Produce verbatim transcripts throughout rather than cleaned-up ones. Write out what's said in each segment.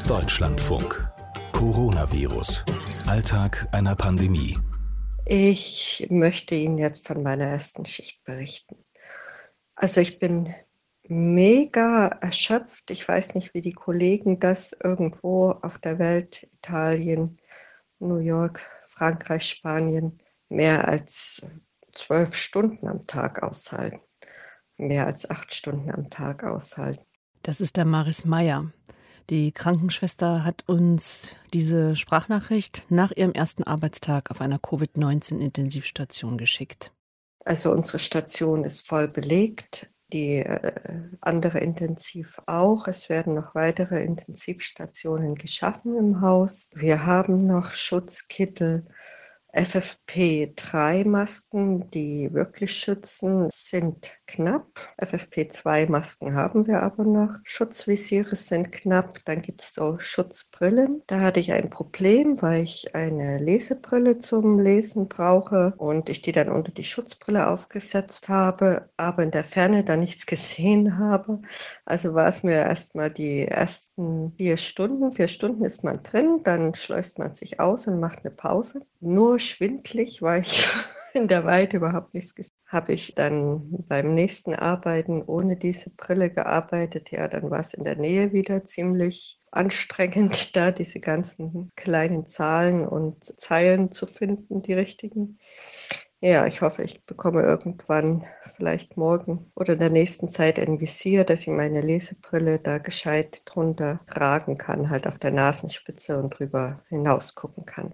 Deutschlandfunk. Coronavirus. Alltag einer Pandemie. Ich möchte Ihnen jetzt von meiner ersten Schicht berichten. Also ich bin mega erschöpft. Ich weiß nicht, wie die Kollegen das irgendwo auf der Welt, Italien, New York, Frankreich, Spanien, mehr als zwölf Stunden am Tag aushalten. Mehr als acht Stunden am Tag aushalten. Das ist der Maris Meyer. Die Krankenschwester hat uns diese Sprachnachricht nach ihrem ersten Arbeitstag auf einer Covid neunzehn Intensivstation geschickt. Also unsere Station ist voll belegt, die äh, andere Intensiv auch. Es werden noch weitere Intensivstationen geschaffen im Haus. Wir haben noch Schutzkittel. F F P drei Masken, die wirklich schützen, sind knapp. F F P zwei Masken haben wir aber noch. Schutzvisiere sind knapp. Dann gibt es so Schutzbrillen. Da hatte ich ein Problem, weil ich eine Lesebrille zum Lesen brauche und ich die dann unter die Schutzbrille aufgesetzt habe, aber in der Ferne dann nichts gesehen habe. Also war es mir erstmal die ersten vier Stunden. Vier Stunden ist man drin, dann schleust man sich aus und macht eine Pause. Nur schwindlig, weil ich in der Weite überhaupt nichts gesehen habe. Habe ich dann beim nächsten Arbeiten ohne diese Brille gearbeitet. Ja, dann war es in der Nähe wieder ziemlich anstrengend, da diese ganzen kleinen Zahlen und Zeilen zu finden, die richtigen. Ja, ich hoffe, ich bekomme irgendwann, vielleicht morgen oder in der nächsten Zeit ein Visier, dass ich meine Lesebrille da gescheit drunter tragen kann, halt auf der Nasenspitze und drüber hinaus gucken kann.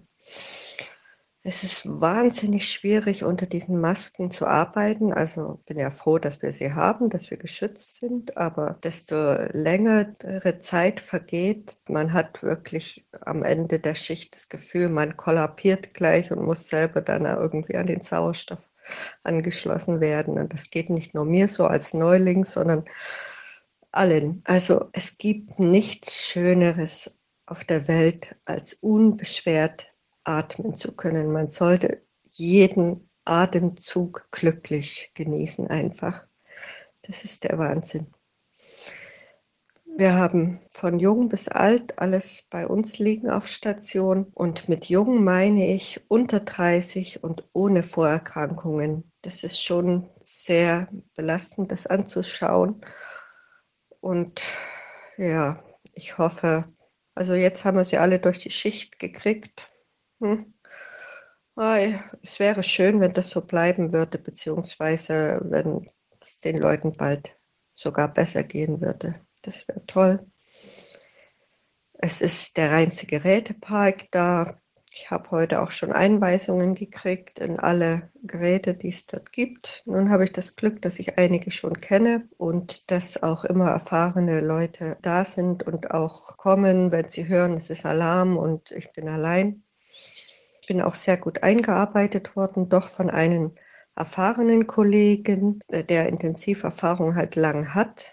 Es ist wahnsinnig schwierig, unter diesen Masken zu arbeiten. Also bin ja froh, dass wir sie haben, dass wir geschützt sind. Aber desto längere Zeit vergeht, man hat wirklich am Ende der Schicht das Gefühl, man kollabiert gleich und muss selber dann irgendwie an den Sauerstoff angeschlossen werden. Und das geht nicht nur mir so als Neuling, sondern allen. Also es gibt nichts Schöneres auf der Welt, als unbeschwert atmen zu können. Man sollte jeden Atemzug glücklich genießen einfach. Das ist der Wahnsinn. Wir haben von jung bis alt alles bei uns liegen auf Station. Und mit jung meine ich unter dreißig und ohne Vorerkrankungen. Das ist schon sehr belastend, das anzuschauen. Und ja, ich hoffe, also jetzt haben wir sie alle durch die Schicht gekriegt. Hm. Es wäre schön, wenn das so bleiben würde, beziehungsweise wenn es den Leuten bald sogar besser gehen würde. Das wäre toll. Es ist der reinste Gerätepark da. Ich habe heute auch schon Einweisungen gekriegt in alle Geräte, die es dort gibt. Nun habe ich das Glück, dass ich einige schon kenne und dass auch immer erfahrene Leute da sind und auch kommen, wenn sie hören, es ist Alarm und ich bin allein. Ich bin auch sehr gut eingearbeitet worden, doch von einem erfahrenen Kollegen, der Intensiverfahrung halt lang hat.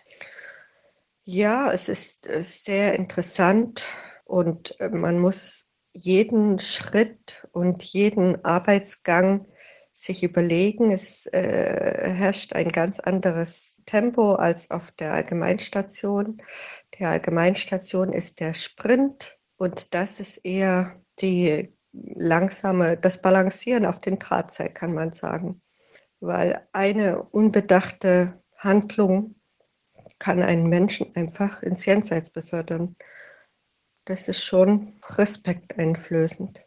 Ja, es ist sehr interessant und man muss jeden Schritt und jeden Arbeitsgang sich überlegen. Es äh, herrscht ein ganz anderes Tempo als auf der Allgemeinstation. Die Allgemeinstation ist der Sprint und das ist eher die langsame, das Balancieren auf den Drahtseil, kann man sagen. Weil eine unbedachte Handlung kann einen Menschen einfach ins Jenseits befördern. Das ist schon respekteinflößend.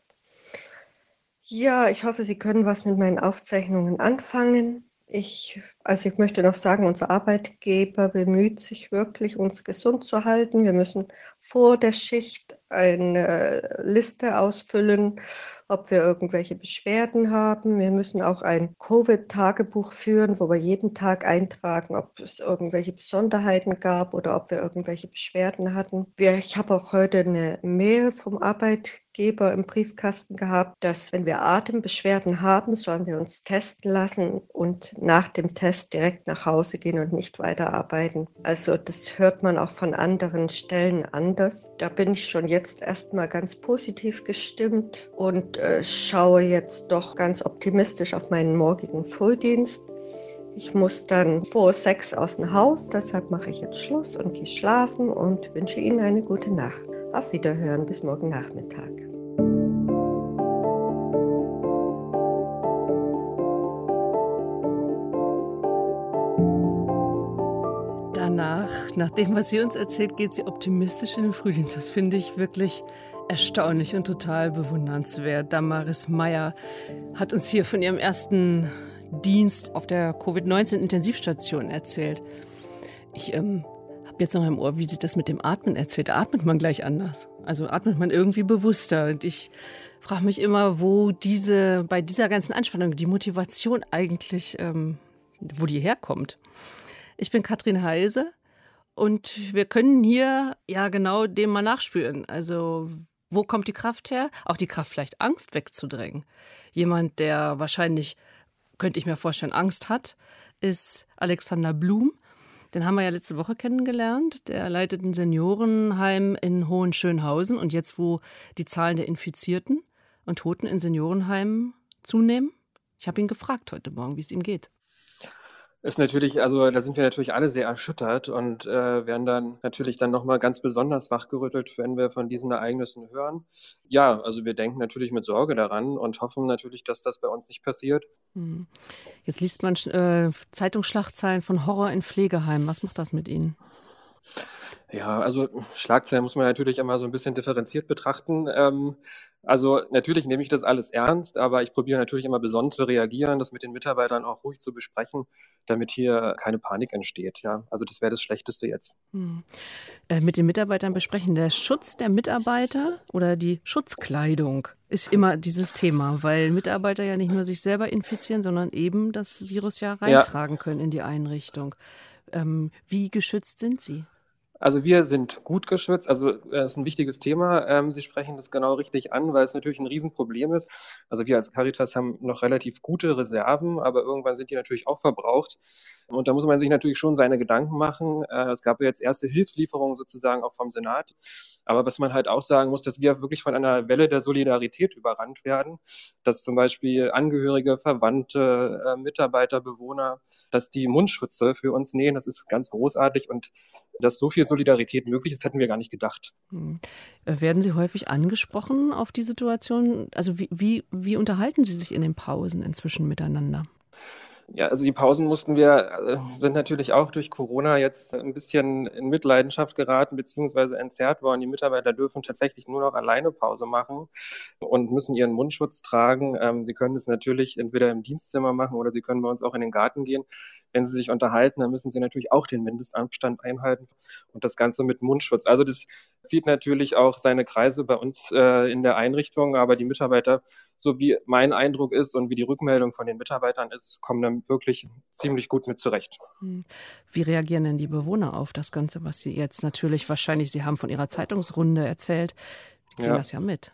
Ja, ich hoffe, Sie können was mit meinen Aufzeichnungen anfangen. Ich, also ich möchte noch sagen, unser Arbeitgeber bemüht sich wirklich, uns gesund zu halten. Wir müssen vor der Schicht eine Liste ausfüllen, ob wir irgendwelche Beschwerden haben. Wir müssen auch ein Covid-Tagebuch führen, wo wir jeden Tag eintragen, ob es irgendwelche Besonderheiten gab oder ob wir irgendwelche Beschwerden hatten. Wir, ich habe auch heute eine Mail vom Arbeitgeber im Briefkasten gehabt, dass wenn wir Atembeschwerden haben, sollen wir uns testen lassen und nach dem Test direkt nach Hause gehen und nicht weiterarbeiten. Also das hört man auch von anderen Stellen anders. Da bin ich schon jetzt erstmal ganz positiv gestimmt und äh, schaue jetzt doch ganz optimistisch auf meinen morgigen Frühdienst. Ich muss dann vor sechs aus dem Haus, deshalb mache ich jetzt Schluss und gehe schlafen und wünsche Ihnen eine gute Nacht. Auf Wiederhören, bis morgen Nachmittag. Danach, nach dem, was sie uns erzählt, geht sie optimistisch in den Frühdienst. Das finde ich wirklich erstaunlich und total bewundernswert. Damaris Meier hat uns hier von ihrem ersten Dienst auf der Covid neunzehn Intensivstation erzählt. Ich ähm, habe jetzt noch im Ohr, wie sie das mit dem Atmen erzählt. Atmet man gleich anders. Also atmet man irgendwie bewusster. Und ich frage mich immer, wo diese, bei dieser ganzen Anspannung die Motivation eigentlich, ähm, wo die herkommt. Ich bin Katrin Heise und wir können hier ja genau dem mal nachspüren. Also wo kommt die Kraft her? Auch die Kraft, vielleicht Angst wegzudrängen. Jemand, der wahrscheinlich, könnte ich mir vorstellen, Angst hat, ist Alexander Blum. Den haben wir ja letzte Woche kennengelernt. Der leitet ein Seniorenheim in Hohenschönhausen. Und jetzt, wo die Zahlen der Infizierten und Toten in Seniorenheimen zunehmen, ich habe ihn gefragt heute Morgen, wie es ihm geht. Ist natürlich, also da sind wir natürlich alle sehr erschüttert und äh, werden dann natürlich dann nochmal ganz besonders wachgerüttelt, wenn wir von diesen Ereignissen hören. Ja, also wir denken natürlich mit Sorge daran und hoffen natürlich, dass das bei uns nicht passiert. Hm. Jetzt liest man äh, Zeitungsschlagzeilen von Horror in Pflegeheimen. Was macht das mit Ihnen? Ja, also Schlagzeilen muss man natürlich immer so ein bisschen differenziert betrachten. Ähm, also natürlich nehme ich das alles ernst, aber ich probiere natürlich immer besonnen zu reagieren, das mit den Mitarbeitern auch ruhig zu besprechen, damit hier keine Panik entsteht. Ja, also das wäre das Schlechteste jetzt. Hm. Äh, mit den Mitarbeitern besprechen. Der Schutz der Mitarbeiter oder die Schutzkleidung ist immer dieses Thema, weil Mitarbeiter ja nicht nur sich selber infizieren, sondern eben das Virus ja reintragen ja. können in die Einrichtung. Ähm, wie geschützt sind Sie? Also wir sind gut geschützt, also das ist ein wichtiges Thema. Ähm, Sie sprechen das genau richtig an, weil es natürlich ein Riesenproblem ist. Also wir als Caritas haben noch relativ gute Reserven, aber irgendwann sind die natürlich auch verbraucht. Und da muss man sich natürlich schon seine Gedanken machen. Äh, es gab ja jetzt erste Hilfslieferungen sozusagen auch vom Senat. Aber was man halt auch sagen muss, dass wir wirklich von einer Welle der Solidarität überrannt werden, dass zum Beispiel Angehörige, Verwandte, äh, Mitarbeiter, Bewohner, dass die Mundschütze für uns nähen, das ist ganz großartig und dass so viel Solidarität möglich ist, hätten wir gar nicht gedacht. Hm. Werden Sie häufig angesprochen auf die Situation? Also wie, wie, wie unterhalten Sie sich in den Pausen inzwischen miteinander? Ja, also die Pausen mussten wir, äh, sind natürlich auch durch Corona jetzt ein bisschen in Mitleidenschaft geraten beziehungsweise entzerrt worden. Die Mitarbeiter dürfen tatsächlich nur noch alleine Pause machen und müssen ihren Mundschutz tragen. Ähm, sie können es natürlich entweder im Dienstzimmer machen oder sie können bei uns auch in den Garten gehen. Wenn sie sich unterhalten, dann müssen sie natürlich auch den Mindestabstand einhalten und das Ganze mit Mundschutz. Also das zieht natürlich auch seine Kreise bei uns äh, in der Einrichtung, aber die Mitarbeiter, so wie mein Eindruck ist und wie die Rückmeldung von den Mitarbeitern ist, kommen dann wirklich ziemlich gut mit zurecht. Wie reagieren denn die Bewohner auf das Ganze, was Sie jetzt natürlich wahrscheinlich, Sie haben von Ihrer Zeitungsrunde erzählt, die kriegen Ja. das ja mit.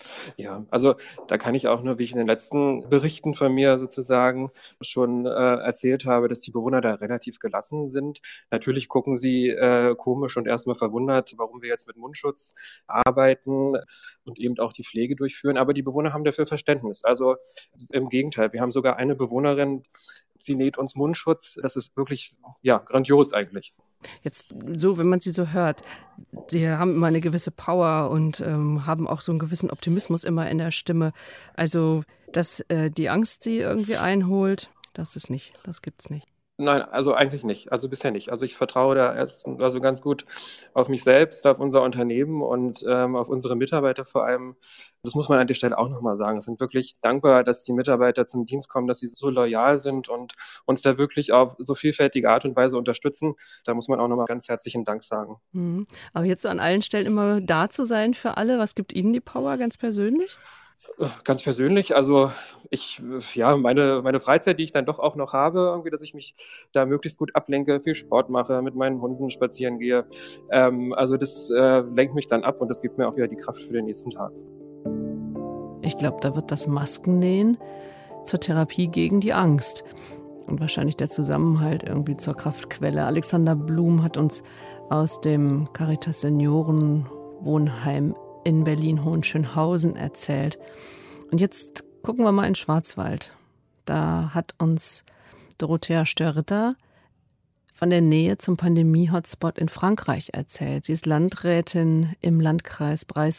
Ja, also da kann ich auch nur, wie ich in den letzten Berichten von mir sozusagen schon äh, erzählt habe, dass die Bewohner da relativ gelassen sind. Natürlich gucken sie äh, komisch und erstmal verwundert, warum wir jetzt mit Mundschutz arbeiten und eben auch die Pflege durchführen. Aber die Bewohner haben dafür Verständnis. Also im Gegenteil, wir haben sogar eine Bewohnerin, sie näht uns Mundschutz. Das ist wirklich, ja, grandios eigentlich. Jetzt so, wenn man sie so hört, sie haben immer eine gewisse Power und ähm, haben auch so einen gewissen Optimismus immer in der Stimme. Also, dass äh, die Angst sie irgendwie einholt, das ist nicht, das gibt's nicht. Nein, also eigentlich nicht. Also bisher nicht. Also ich vertraue da erst also ganz gut auf mich selbst, auf unser Unternehmen und ähm, auf unsere Mitarbeiter vor allem. Das muss man an der Stelle auch nochmal sagen. Es sind wirklich dankbar, dass die Mitarbeiter zum Dienst kommen, dass sie so loyal sind und uns da wirklich auf so vielfältige Art und Weise unterstützen. Da muss man auch nochmal ganz herzlichen Dank sagen. Mhm. Aber jetzt so an allen Stellen immer da zu sein für alle, was gibt Ihnen die Power ganz persönlich? Ganz persönlich, also ich, ja, meine, meine Freizeit, die ich dann doch auch noch habe, irgendwie, dass ich mich da möglichst gut ablenke, viel Sport mache, mit meinen Hunden spazieren gehe. Ähm, also das äh, lenkt mich dann ab und das gibt mir auch wieder die Kraft für den nächsten Tag. Ich glaube, da wird das Maskennähen zur Therapie gegen die Angst und wahrscheinlich der Zusammenhalt irgendwie zur Kraftquelle. Alexander Blum hat uns aus dem Caritas Seniorenwohnheim in Berlin-Hohenschönhausen erzählt. Und jetzt gucken wir mal in Schwarzwald. Da hat uns Dorothea Störritter von der Nähe zum Pandemie-Hotspot in Frankreich erzählt. Sie ist Landrätin im Landkreis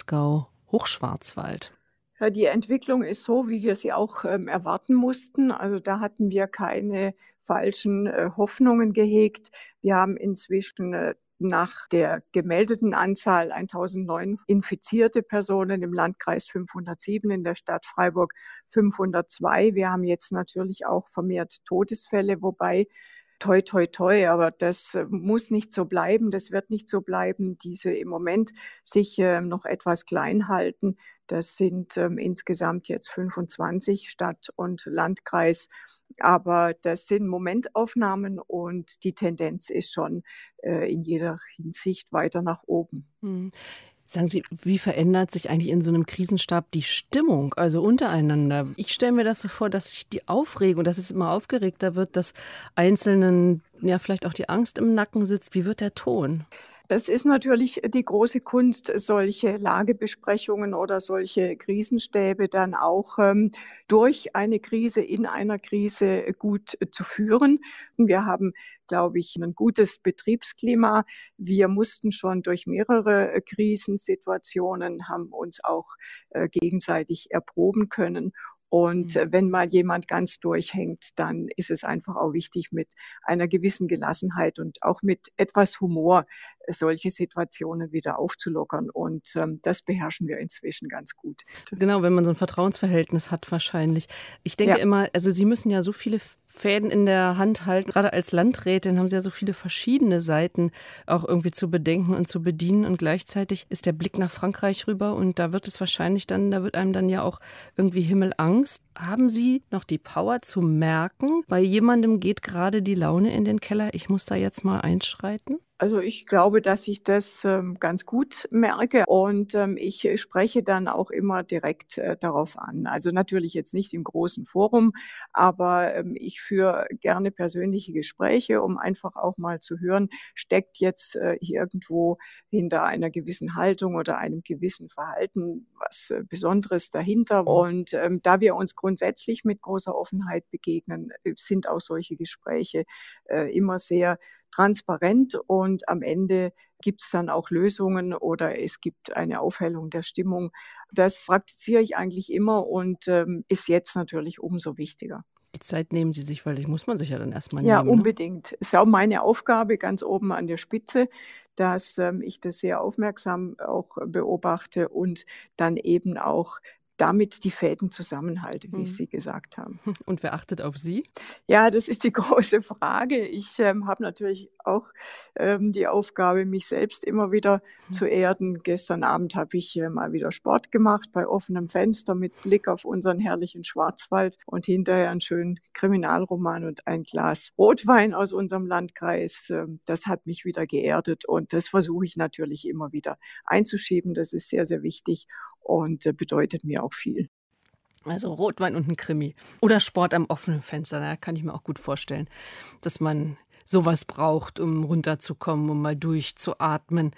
Breisgau-Hochschwarzwald. Ja, die Entwicklung ist so, wie wir sie auch ähm, erwarten mussten. Also da hatten wir keine falschen äh, Hoffnungen gehegt. Wir haben inzwischen äh, nach der gemeldeten Anzahl eintausendneun infizierte Personen im Landkreis fünfhundertsieben, in der Stadt Freiburg fünfhundertzwei. Wir haben jetzt natürlich auch vermehrt Todesfälle, wobei toi, toi, toi, aber das muss nicht so bleiben, das wird nicht so bleiben, diese im Moment sich äh, noch etwas klein halten. Das sind ähm, insgesamt jetzt fünfundzwanzig Stadt und Landkreis, aber das sind Momentaufnahmen und die Tendenz ist schon äh, in jeder Hinsicht weiter nach oben. Hm. Sagen Sie, wie verändert sich eigentlich in so einem Krisenstab die Stimmung, also untereinander? Ich stelle mir das so vor, dass sich die Aufregung, dass es immer aufgeregter wird, dass Einzelnen ja vielleicht auch die Angst im Nacken sitzt. Wie wird der Ton? Das ist natürlich die große Kunst, solche Lagebesprechungen oder solche Krisenstäbe dann auch ähm, durch eine Krise, in einer Krise gut äh, zu führen. Wir haben, glaube ich, ein gutes Betriebsklima. Wir mussten schon durch mehrere äh, Krisensituationen, haben uns auch äh, gegenseitig erproben können. Und äh, wenn mal jemand ganz durchhängt, dann ist es einfach auch wichtig, mit einer gewissen Gelassenheit und auch mit etwas Humor äh, solche Situationen wieder aufzulockern. Und ähm, das beherrschen wir inzwischen ganz gut. Genau, wenn man so ein Vertrauensverhältnis hat wahrscheinlich. Ich denke ja. immer, also Sie müssen ja so viele Fäden in der Hand halten. Gerade als Landrätin haben Sie ja so viele verschiedene Seiten auch irgendwie zu bedenken und zu bedienen. Und gleichzeitig ist der Blick nach Frankreich rüber und da wird es wahrscheinlich dann, da wird einem dann ja auch irgendwie Himmelangst. Haben Sie noch die Power zu merken, bei jemandem geht gerade die Laune in den Keller, ich muss da jetzt mal einschreiten? Also ich glaube, dass ich das ähm, ganz gut merke und ähm, ich spreche dann auch immer direkt äh, darauf an. Also natürlich jetzt nicht im großen Forum, aber ähm, ich führe gerne persönliche Gespräche, um einfach auch mal zu hören, steckt jetzt äh, hier irgendwo hinter einer gewissen Haltung oder einem gewissen Verhalten was äh, Besonderes dahinter. Und ähm, da wir uns grundsätzlich mit großer Offenheit begegnen, sind auch solche Gespräche äh, immer sehr transparent und am Ende gibt es dann auch Lösungen oder es gibt eine Aufhellung der Stimmung. Das praktiziere ich eigentlich immer und ähm, ist jetzt natürlich umso wichtiger. Die Zeit nehmen Sie sich, weil die muss man sich ja dann erstmal ja, nehmen. Ja, unbedingt. Ne? Ist auch meine Aufgabe ganz oben an der Spitze, dass ähm, ich das sehr aufmerksam auch beobachte und dann eben auch damit die Fäden zusammenhalte, wie hm. Sie gesagt haben. Und wer achtet auf Sie? Ja, das ist die große Frage. Ich ähm, habe natürlich auch ähm, die Aufgabe, mich selbst immer wieder hm. zu erden. Gestern Abend habe ich äh, mal wieder Sport gemacht bei offenem Fenster mit Blick auf unseren herrlichen Schwarzwald und hinterher einen schönen Kriminalroman und ein Glas Rotwein aus unserem Landkreis. Ähm, das hat mich wieder geerdet und das versuche ich natürlich immer wieder einzuschieben. Das ist sehr, sehr wichtig und äh, bedeutet mir auch viel. Also Rotwein und ein Krimi. Oder Sport am offenen Fenster. Da kann ich mir auch gut vorstellen, dass man sowas braucht, um runterzukommen, um mal durchzuatmen.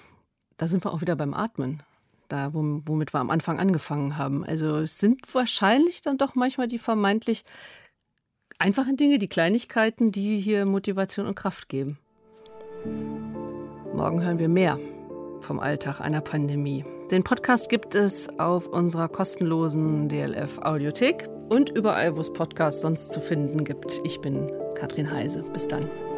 Da sind wir auch wieder beim Atmen. Da, womit wir am Anfang angefangen haben. Also es sind wahrscheinlich dann doch manchmal die vermeintlich einfachen Dinge, die Kleinigkeiten, die hier Motivation und Kraft geben. Morgen hören wir mehr vom Alltag einer Pandemie. Den Podcast gibt es auf unserer kostenlosen D L F-Audiothek und überall, wo es Podcasts sonst zu finden gibt. Ich bin Katrin Heise. Bis dann.